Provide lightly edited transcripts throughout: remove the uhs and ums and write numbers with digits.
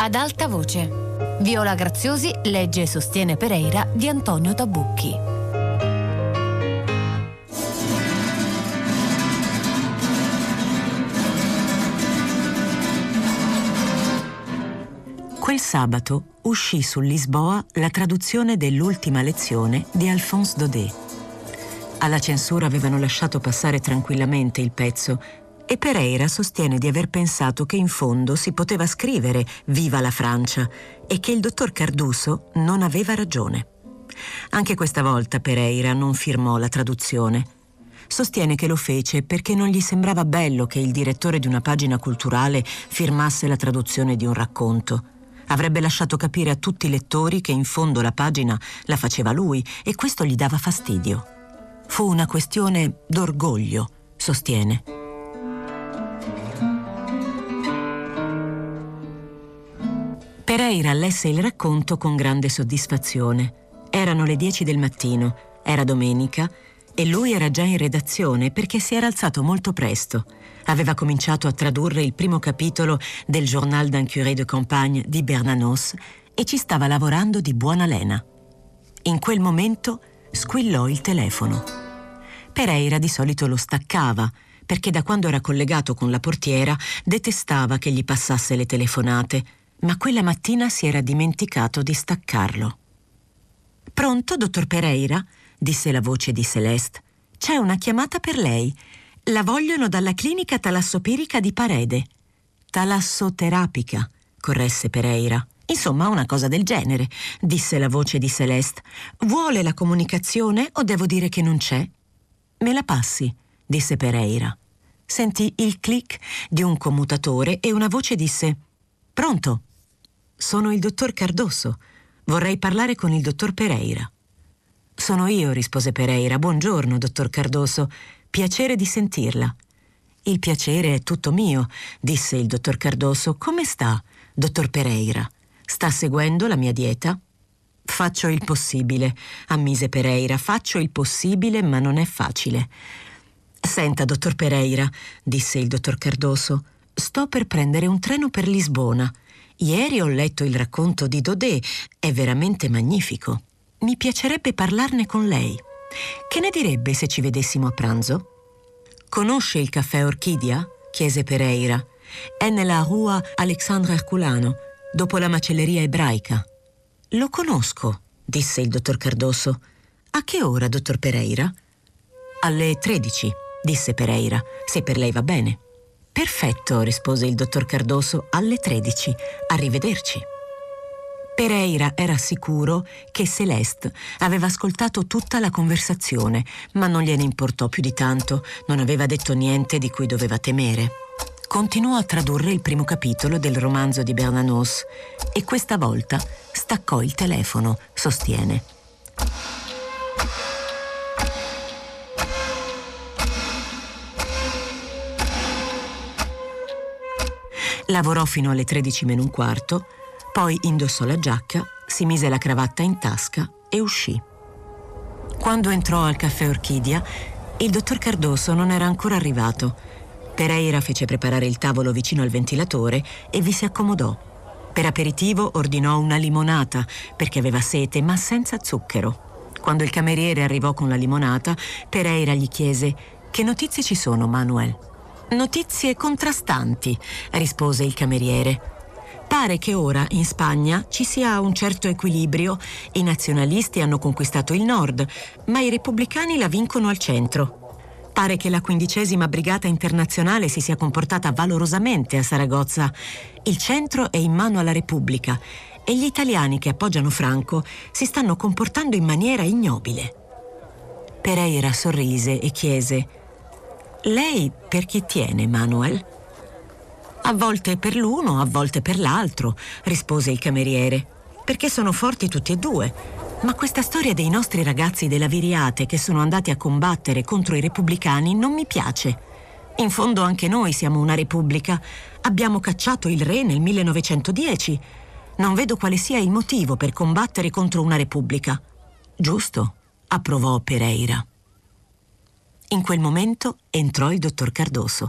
Ad alta voce. Viola Graziosi legge e sostiene Pereira di Antonio Tabucchi. Quel sabato uscì su Lisboa la traduzione dell'Ultima lezione di Alphonse Daudet. Alla censura avevano lasciato passare tranquillamente il pezzo e Pereira sostiene di aver pensato che in fondo si poteva scrivere «Viva la Francia» e che il dottor Cardoso non aveva ragione. Anche questa volta Pereira non firmò la traduzione. Sostiene che lo fece perché non gli sembrava bello che il direttore di una pagina culturale firmasse la traduzione di un racconto. Avrebbe lasciato capire a tutti i lettori che in fondo la pagina la faceva lui e questo gli dava fastidio. Fu una questione d'orgoglio, sostiene. Pereira lesse il racconto con grande soddisfazione. Erano le 10 del mattino, era domenica e lui era già in redazione perché si era alzato molto presto. Aveva cominciato a tradurre il primo capitolo del Journal d'un curé de campagne di Bernanos e ci stava lavorando di buona lena. In quel momento squillò il telefono. Pereira di solito lo staccava perché da quando era collegato con la portiera detestava che gli passasse le telefonate, ma quella mattina si era dimenticato di staccarlo. «Pronto, dottor Pereira?» disse la voce di Celeste. «C'è una chiamata per lei. La vogliono dalla clinica talassopirica di Parede». «Talassoterapica», corresse Pereira. «Insomma, una cosa del genere», disse la voce di Celeste. «Vuole la comunicazione o devo dire che non c'è?» «Me la passi», disse Pereira. Sentì il click di un commutatore e una voce disse: «Pronto?» «Sono il dottor Cardoso. Vorrei parlare con il dottor Pereira». «Sono io», rispose Pereira. «Buongiorno, dottor Cardoso. Piacere di sentirla». «Il piacere è tutto mio», disse il dottor Cardoso. «Come sta, dottor Pereira? Sta seguendo la mia dieta?» «Faccio il possibile», ammise Pereira. «Faccio il possibile, ma non è facile». «Senta, dottor Pereira», disse il dottor Cardoso, «sto per prendere un treno per Lisbona. Ieri ho letto il racconto di Daudet, è veramente magnifico. Mi piacerebbe parlarne con lei. Che ne direbbe se ci vedessimo a pranzo?» «Conosce il caffè Orchidia?» chiese Pereira. «È nella rua Alexandre Herculano, dopo la macelleria ebraica». «Lo conosco», disse il dottor Cardoso. «A che ora, dottor Pereira?» «Alle 13», disse Pereira, «se per lei va bene». «Perfetto», rispose il dottor Cardoso, «alle 13. Arrivederci». Pereira era sicuro che Celeste aveva ascoltato tutta la conversazione, ma non gliene importò più di tanto, non aveva detto niente di cui doveva temere. Continuò a tradurre il primo capitolo del romanzo di Bernanos e questa volta staccò il telefono, sostiene. Lavorò fino alle 13 meno un quarto, poi indossò la giacca, si mise la cravatta in tasca e uscì. Quando entrò al caffè Orchidia, il dottor Cardoso non era ancora arrivato. Pereira fece preparare il tavolo vicino al ventilatore e vi si accomodò. Per aperitivo ordinò una limonata perché aveva sete, ma senza zucchero. Quando il cameriere arrivò con la limonata, Pereira gli chiese: «Che notizie ci sono, Manuel?» «Notizie contrastanti», rispose il cameriere. «Pare che ora in Spagna ci sia un certo equilibrio. I nazionalisti hanno conquistato il nord, ma i repubblicani la vincono al centro. Pare che la 15ª Brigata Internazionale si sia comportata valorosamente a Saragozza. Il centro è in mano alla Repubblica e gli italiani che appoggiano Franco si stanno comportando in maniera ignobile». Pereira sorrise e chiese: «Lei per chi tiene, Manuel?» «A volte per l'uno, a volte per l'altro», rispose il cameriere, «perché sono forti tutti e due. Ma questa storia dei nostri ragazzi della Viriate che sono andati a combattere contro i repubblicani non mi piace. In fondo anche noi siamo una repubblica. Abbiamo cacciato il re nel 1910. Non vedo quale sia il motivo per combattere contro una repubblica». «Giusto», approvò Pereira. In quel momento entrò il dottor Cardoso.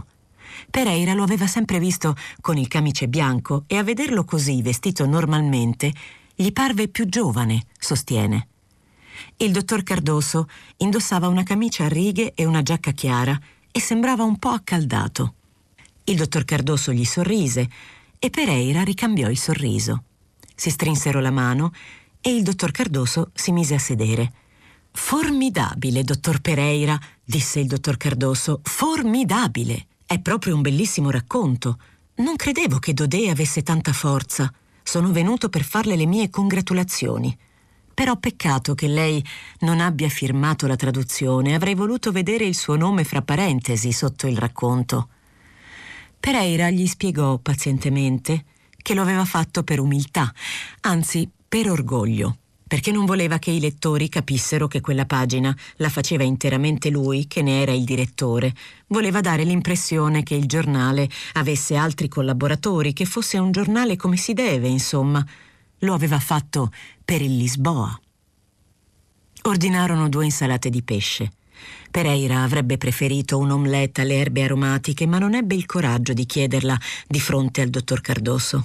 Pereira lo aveva sempre visto con il camice bianco e a vederlo così, vestito normalmente, gli parve più giovane, sostiene. Il dottor Cardoso indossava una camicia a righe e una giacca chiara e sembrava un po' accaldato. Il dottor Cardoso gli sorrise e Pereira ricambiò il sorriso. Si strinsero la mano e il dottor Cardoso si mise a sedere. «Formidabile, dottor Pereira», disse il dottor Cardoso, «formidabile! È proprio un bellissimo racconto. Non credevo che Daudet avesse tanta forza. Sono venuto per farle le mie congratulazioni. Però peccato che lei non abbia firmato la traduzione. Avrei voluto vedere il suo nome fra parentesi sotto il racconto». Pereira gli spiegò pazientemente che lo aveva fatto per umiltà, anzi per orgoglio, perché non voleva che i lettori capissero che quella pagina la faceva interamente lui, che ne era il direttore. Voleva dare l'impressione che il giornale avesse altri collaboratori, che fosse un giornale come si deve, insomma. Lo aveva fatto per il Lisboa. Ordinarono 2 insalate di pesce. Pereira avrebbe preferito un omelette alle erbe aromatiche, ma non ebbe il coraggio di chiederla di fronte al dottor Cardoso.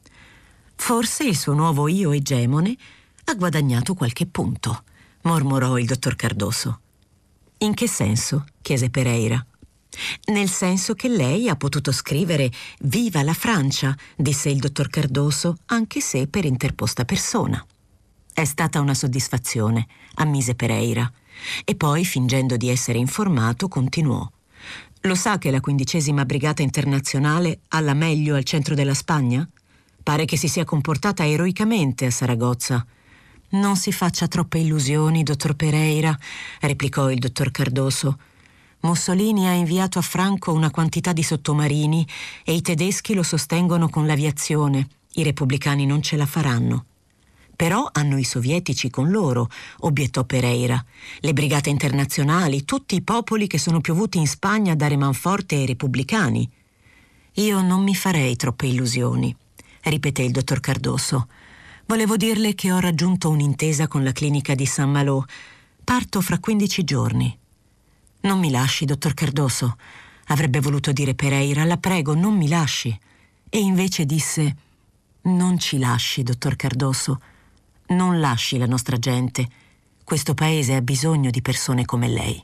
«Forse il suo nuovo io egemone ha guadagnato qualche punto», mormorò il dottor Cardoso. «In che senso?» chiese Pereira. «Nel senso che lei ha potuto scrivere «Viva la Francia», disse il dottor Cardoso, anche se per interposta persona». «È stata una soddisfazione», ammise Pereira. E poi, fingendo di essere informato, continuò. «Lo sa che la 15ª Brigata Internazionale ha la meglio al centro della Spagna? Pare che si sia comportata eroicamente a Saragozza». «Non si faccia troppe illusioni, dottor Pereira», replicò il dottor Cardoso. «Mussolini ha inviato a Franco una quantità di sottomarini e i tedeschi lo sostengono con l'aviazione. I repubblicani non ce la faranno». «Però hanno i sovietici con loro», obiettò Pereira. «Le brigate internazionali, tutti i popoli che sono piovuti in Spagna a dare manforte ai repubblicani». «Io non mi farei troppe illusioni», ripeté il dottor Cardoso. «Volevo dirle che ho raggiunto un'intesa con la clinica di Saint-Malo. Parto fra 15 giorni». «Non mi lasci, dottor Cardoso», avrebbe voluto dire Pereira. «La prego, non mi lasci». E invece disse: «Non ci lasci, dottor Cardoso. Non lasci la nostra gente. Questo paese ha bisogno di persone come lei».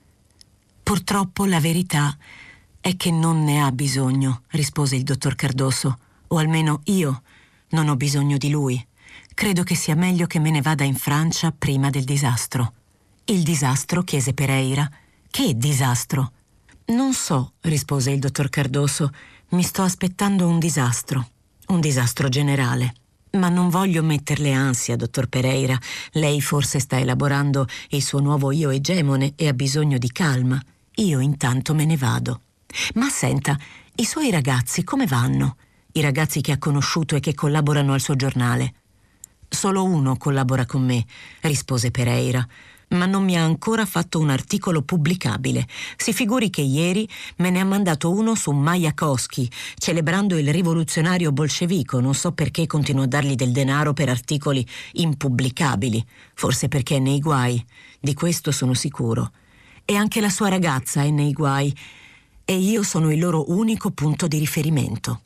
«Purtroppo la verità è che non ne ha bisogno», rispose il dottor Cardoso. «O almeno io non ho bisogno di lui. Credo che sia meglio che me ne vada in Francia prima del disastro». «Il disastro?» chiese Pereira. «Che disastro?» «Non so», rispose il dottor Cardoso. «Mi sto aspettando un disastro generale». «Ma non voglio metterle ansia, dottor Pereira. Lei forse sta elaborando il suo nuovo io egemone e ha bisogno di calma. Io intanto me ne vado». «Ma senta, i suoi ragazzi come vanno? I ragazzi che ha conosciuto e che collaborano al suo giornale?» «Solo uno collabora con me», rispose Pereira, «ma non mi ha ancora fatto un articolo pubblicabile. Si figuri che ieri me ne ha mandato uno su Majakovskij, celebrando il rivoluzionario bolscevico. Non so perché continuo a dargli del denaro per articoli impubblicabili. Forse perché è nei guai, di questo sono sicuro. E anche la sua ragazza è nei guai, e io sono il loro unico punto di riferimento».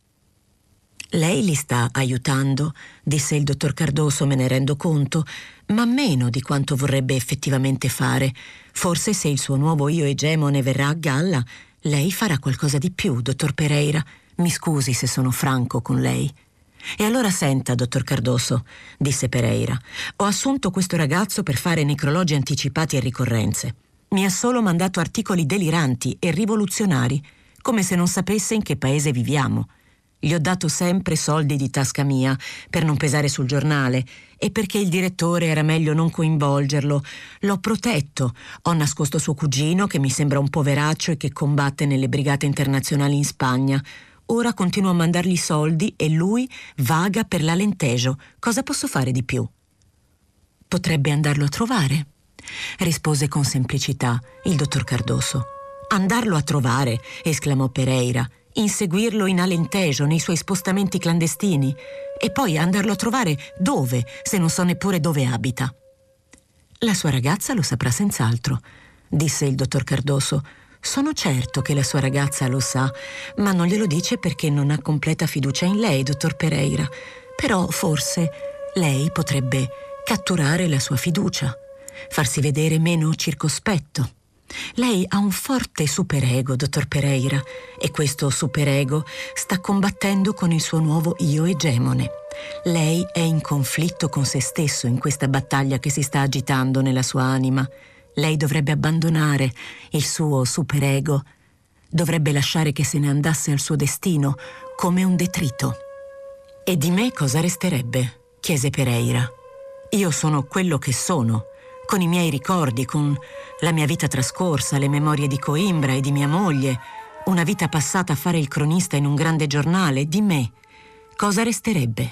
«Lei li sta aiutando», disse il dottor Cardoso, «me ne rendo conto, ma meno di quanto vorrebbe effettivamente fare. Forse se il suo nuovo io egemone verrà a galla, lei farà qualcosa di più, dottor Pereira. Mi scusi se sono franco con lei». «E allora senta, dottor Cardoso», disse Pereira, «ho assunto questo ragazzo per fare necrologi anticipati e ricorrenze. Mi ha solo mandato articoli deliranti e rivoluzionari, come se non sapesse in che paese viviamo. Gli ho dato sempre soldi di tasca mia per non pesare sul giornale e perché il direttore era meglio non coinvolgerlo. L'ho protetto, ho nascosto suo cugino che mi sembra un poveraccio e che combatte nelle brigate internazionali in Spagna. Ora continuo a mandargli soldi e lui vaga per l'Alentejo. Cosa posso fare di più?» «Potrebbe andarlo a trovare», rispose con semplicità il dottor Cardoso. «Andarlo a trovare?» esclamò Pereira. «Inseguirlo in Alentejo, nei suoi spostamenti clandestini? E poi andarlo a trovare dove, se non so neppure dove abita?» «La sua ragazza lo saprà senz'altro», disse il dottor Cardoso. Sono certo che la sua ragazza lo sa, ma non glielo dice perché non ha completa fiducia in lei, dottor Pereira. Però forse lei potrebbe catturare la sua fiducia, farsi vedere meno circospetto. Lei ha un forte superego, dottor Pereira, e questo superego sta combattendo con il suo nuovo io egemone. Lei è in conflitto con se stesso in questa battaglia che si sta agitando nella sua anima. Lei dovrebbe abbandonare il suo superego, dovrebbe lasciare che se ne andasse al suo destino come un detrito. E di me cosa resterebbe? Chiese Pereira. Io sono quello che sono, con i miei ricordi, con la mia vita trascorsa, le memorie di Coimbra e di mia moglie, una vita passata a fare il cronista in un grande giornale. Di me cosa resterebbe?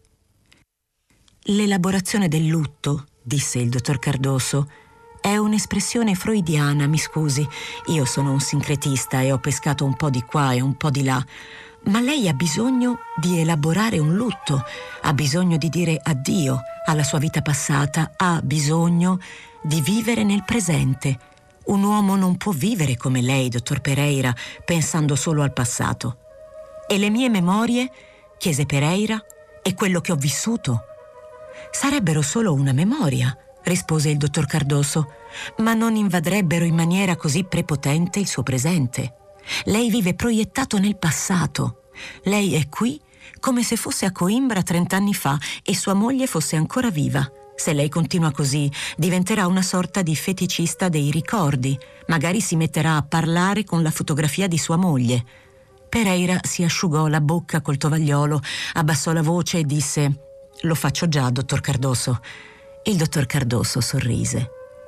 L'elaborazione del lutto, disse il dottor Cardoso, è un'espressione freudiana, mi scusi. Io sono un sincretista e ho pescato un po' di qua e un po' di là. Ma lei ha bisogno di elaborare un lutto, ha bisogno di dire addio alla sua vita passata, ha bisogno di vivere nel presente. Un uomo non può vivere come lei, dottor Pereira, pensando solo al passato. E le mie memorie, chiese Pereira, e quello che ho vissuto? Sarebbero solo una memoria, rispose il dottor Cardoso, ma non invadrebbero in maniera così prepotente il suo presente. Lei vive proiettato nel passato. Lei è qui come se fosse a Coimbra 30 anni fa e sua moglie fosse ancora viva. Se lei continua così, diventerà una sorta di feticista dei ricordi. Magari si metterà a parlare con la fotografia di sua moglie. Pereira si asciugò la bocca col tovagliolo, abbassò la voce e disse: «Lo faccio già, dottor Cardoso». Il dottor Cardoso sorrise.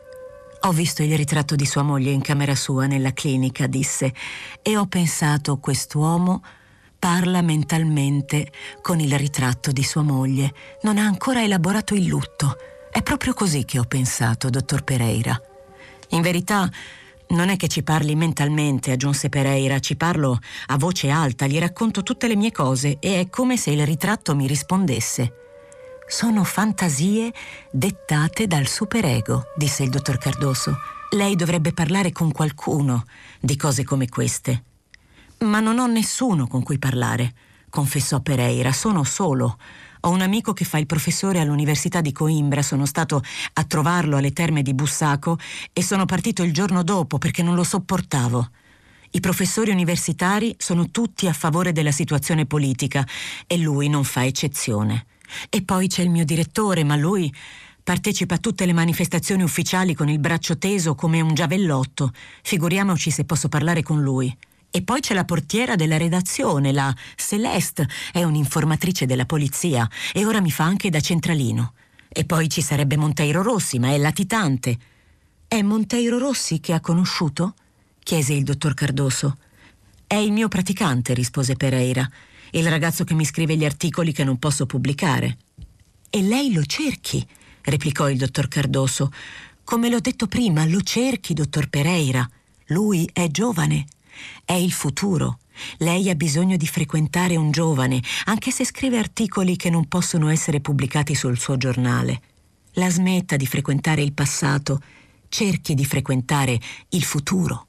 «Ho visto il ritratto di sua moglie in camera sua nella clinica», disse, «e ho pensato, quest'uomo parla mentalmente con il ritratto di sua moglie. Non ha ancora elaborato il lutto. È proprio così che ho pensato, dottor Pereira». «In verità non è che ci parli mentalmente», aggiunse Pereira, «ci parlo a voce alta, gli racconto tutte le mie cose e è come se il ritratto mi rispondesse». «Sono fantasie dettate dal superego», disse il dottor Cardoso. «Lei dovrebbe parlare con qualcuno di cose come queste». «Ma non ho nessuno con cui parlare», confessò Pereira. «Sono solo. Ho un amico che fa il professore all'Università di Coimbra. Sono stato a trovarlo alle terme di Bussaco e sono partito il giorno dopo perché non lo sopportavo. I professori universitari sono tutti a favore della situazione politica e lui non fa eccezione. E poi c'è il mio direttore, ma lui partecipa a tutte le manifestazioni ufficiali con il braccio teso come un giavellotto. Figuriamoci se posso parlare con lui. E poi c'è la portiera della redazione, la Celeste, è un'informatrice della polizia e ora mi fa anche da centralino. E poi ci sarebbe Monteiro Rossi, ma è latitante». «È Monteiro Rossi che ha conosciuto?» chiese il dottor Cardoso. «È il mio praticante», rispose Pereira, «il ragazzo che mi scrive gli articoli che non posso pubblicare». «E lei lo cerchi», replicò il dottor Cardoso. «Come l'ho detto prima, lo cerchi, dottor Pereira. Lui è giovane, è il futuro. Lei ha bisogno di frequentare un giovane, anche se scrive articoli che non possono essere pubblicati sul suo giornale. La smetta di frequentare il passato, cerchi di frequentare il futuro».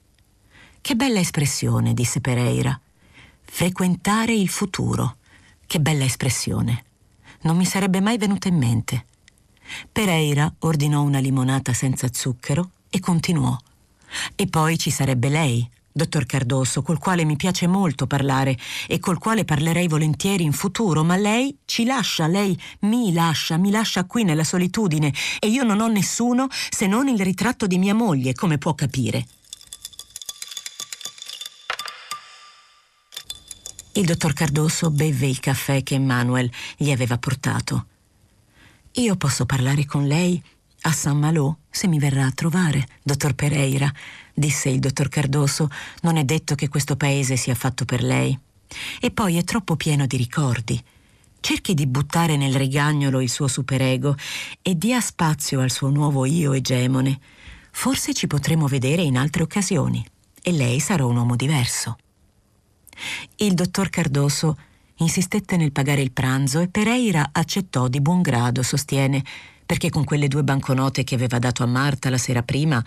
«Che bella espressione», disse Pereira. «Frequentare il futuro. Che bella espressione. Non mi sarebbe mai venuta in mente». Pereira ordinò una limonata senza zucchero e continuò. «E poi ci sarebbe lei, dottor Cardoso, col quale mi piace molto parlare e col quale parlerei volentieri in futuro, ma lei ci lascia, lei mi lascia qui nella solitudine e io non ho nessuno se non il ritratto di mia moglie, come può capire». Il dottor Cardoso bevve il caffè che Emmanuel gli aveva portato. «Io posso parlare con lei a Saint-Malo, se mi verrà a trovare, dottor Pereira», disse il dottor Cardoso. «Non è detto che questo paese sia fatto per lei. E poi è troppo pieno di ricordi. Cerchi di buttare nel rigagnolo il suo superego e dia spazio al suo nuovo io egemone. Forse ci potremo vedere in altre occasioni e lei sarà un uomo diverso». Il dottor Cardoso insistette nel pagare il pranzo e Pereira accettò di buon grado, sostiene, perché con quelle 2 banconote che aveva dato a Marta la sera prima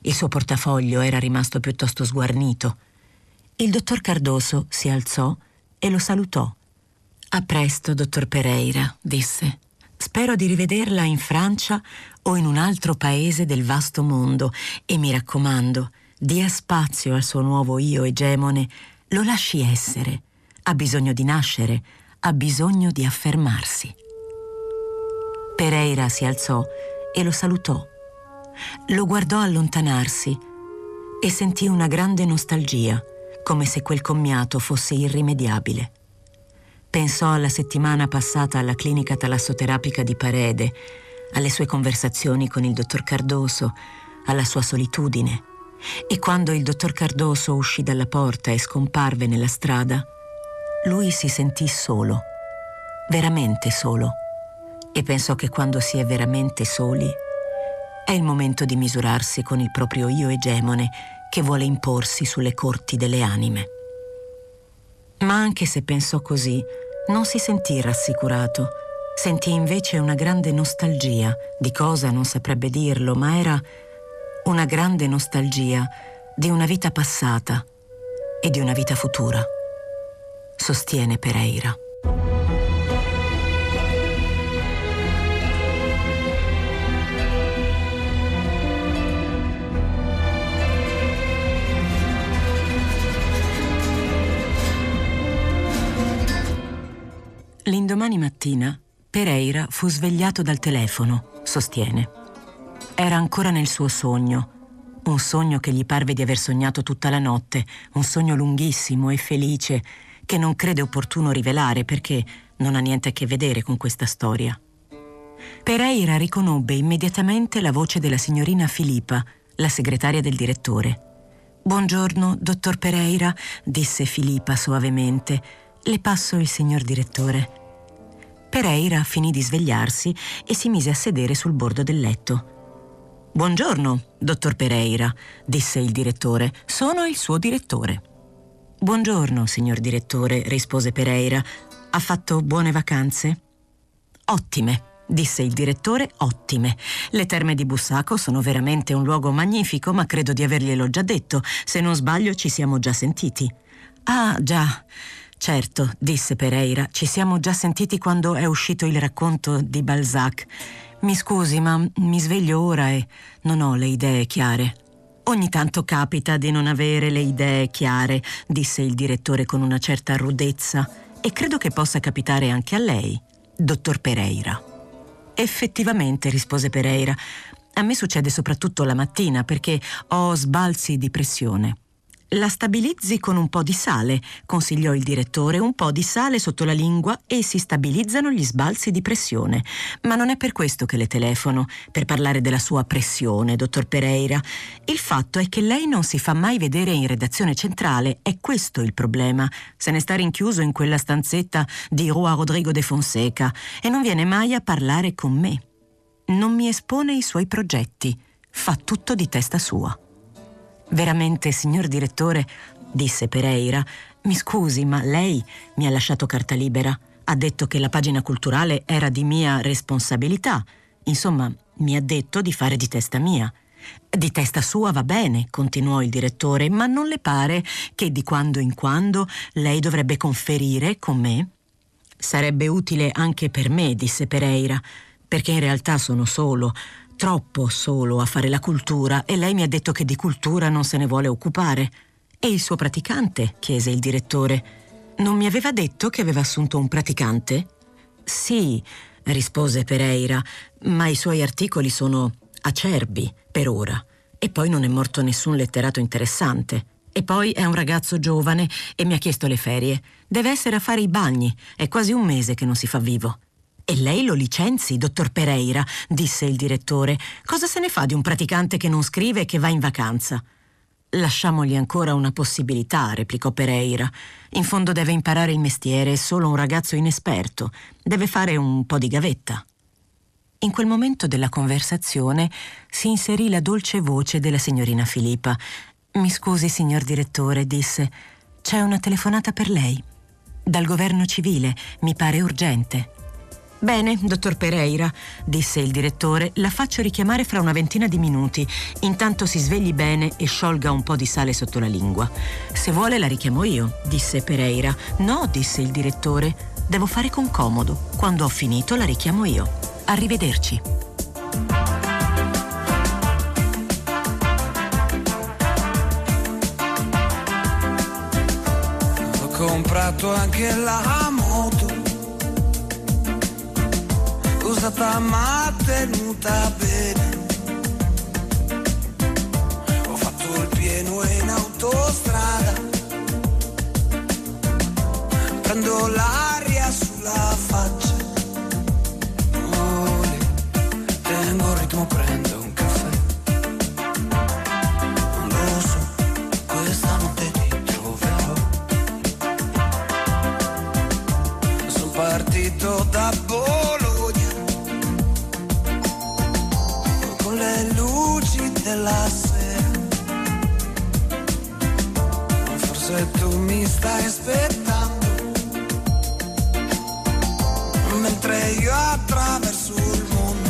Il suo portafoglio era rimasto piuttosto sguarnito. Il dottor Cardoso si alzò e lo salutò. «A presto, dottor Pereira», disse. «Spero di rivederla in Francia o in un altro paese del vasto mondo e mi raccomando, dia spazio al suo nuovo io egemone, lo lasci essere. Ha bisogno di nascere, ha bisogno di affermarsi». Pereira si alzò e lo salutò. Lo guardò allontanarsi e sentì una grande nostalgia, come se quel commiato fosse irrimediabile. Pensò alla settimana passata alla clinica talassoterapica di Parede, alle sue conversazioni con il dottor Cardoso, alla sua solitudine. E quando il dottor Cardoso uscì dalla porta e scomparve nella strada, lui si sentì solo, veramente solo, e pensò che quando si è veramente soli è il momento di misurarsi con il proprio io egemone che vuole imporsi sulle corti delle anime. Ma anche se pensò così, non si sentì rassicurato. Sentì invece una grande nostalgia, di cosa non saprebbe dirlo, ma era una grande nostalgia di una vita passata e di una vita futura, sostiene Pereira. L'indomani mattina Pereira fu svegliato dal telefono, sostiene. Era ancora nel suo sogno, un sogno che gli parve di aver sognato tutta la notte, un sogno lunghissimo e felice che non crede opportuno rivelare perché non ha niente a che vedere con questa storia. Pereira riconobbe immediatamente la voce della signorina Filippa, la segretaria del direttore. «Buongiorno, dottor Pereira», disse Filippa soavemente. «Le passo il signor direttore». Pereira finì di svegliarsi e si mise a sedere sul bordo del letto. «Buongiorno, dottor Pereira», disse il direttore. «Sono il suo direttore». «Buongiorno, signor direttore», rispose Pereira. «Ha fatto buone vacanze?» «Ottime», disse il direttore, «ottime. Le terme di Bussaco sono veramente un luogo magnifico, ma credo di averglielo già detto. Se non sbaglio ci siamo già sentiti». «Ah, già. Certo», disse Pereira, «ci siamo già sentiti quando è uscito il racconto di Balzac. Mi scusi, ma mi sveglio ora e non ho le idee chiare». «Ogni tanto capita di non avere le idee chiare», disse il direttore con una certa rudezza, «e credo che possa capitare anche a lei, dottor Pereira». «Effettivamente», rispose Pereira, «a me succede soprattutto la mattina perché ho sbalzi di pressione». «La stabilizzi con un po' di sale», consigliò il direttore, «un po' di sale sotto la lingua e si stabilizzano gli sbalzi di pressione. Ma non è per questo che le telefono, per parlare della sua pressione, dottor Pereira. Il fatto è che lei non si fa mai vedere in redazione centrale, è questo il problema. Se ne sta rinchiuso in quella stanzetta di Rua Rodrigo de Fonseca e non viene mai a parlare con me. Non mi espone i suoi progetti, fa tutto di testa sua». «Veramente, signor direttore», disse Pereira, «mi scusi, ma lei mi ha lasciato carta libera. Ha detto che la pagina culturale era di mia responsabilità. Insomma, mi ha detto di fare di testa mia». «Di testa sua va bene», continuò il direttore, «ma non le pare che di quando in quando lei dovrebbe conferire con me?» «Sarebbe utile anche per me», disse Pereira, «perché in realtà sono solo, troppo solo a fare la cultura e lei mi ha detto che di cultura non se ne vuole occupare». «E il suo praticante?» chiese il direttore. «Non mi aveva detto che aveva assunto un praticante?» «Sì», rispose Pereira, «ma i suoi articoli sono acerbi per ora. E poi non è morto nessun letterato interessante. E poi è un ragazzo giovane e mi ha chiesto le ferie. Deve essere a fare i bagni, è quasi un mese che non si fa vivo». «E lei lo licenzi, dottor Pereira», disse il direttore. «Cosa se ne fa di un praticante che non scrive e che va in vacanza?» «Lasciamogli ancora una possibilità», replicò Pereira. «In fondo deve imparare il mestiere, è solo un ragazzo inesperto. Deve fare un po' di gavetta». In quel momento della conversazione si inserì la dolce voce della signorina Filippa. «Mi scusi, signor direttore», disse. «C'è una telefonata per lei. Dal governo civile, mi pare urgente». Bene, dottor Pereira, disse il direttore, la faccio richiamare fra una ventina di minuti. Intanto si svegli bene e sciolga un po' di sale sotto la lingua. Se vuole la richiamo io, disse Pereira. No, disse il direttore, devo fare con comodo. Quando ho finito la richiamo io. Arrivederci. Ho comprato anche la moto, usata ma tenuta bene. Ho fatto il pieno in autostrada, prendo l'aria sulla faccia. Oh, tengo il ritmo, prendo un caffè. Non lo so, questa notte ti troverò. Sono partito da Bologna con le luci della sera. Forse tu mi stai aspettando mentre io attraverso il mondo.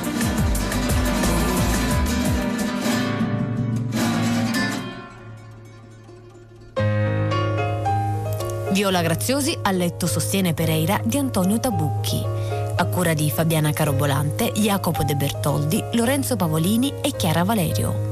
Viola Graziosi a letto sostiene Pereira di Antonio Tabucchi, a cura di Fabiana Carobolante, Jacopo De Bertoldi, Lorenzo Pavolini e Chiara Valerio.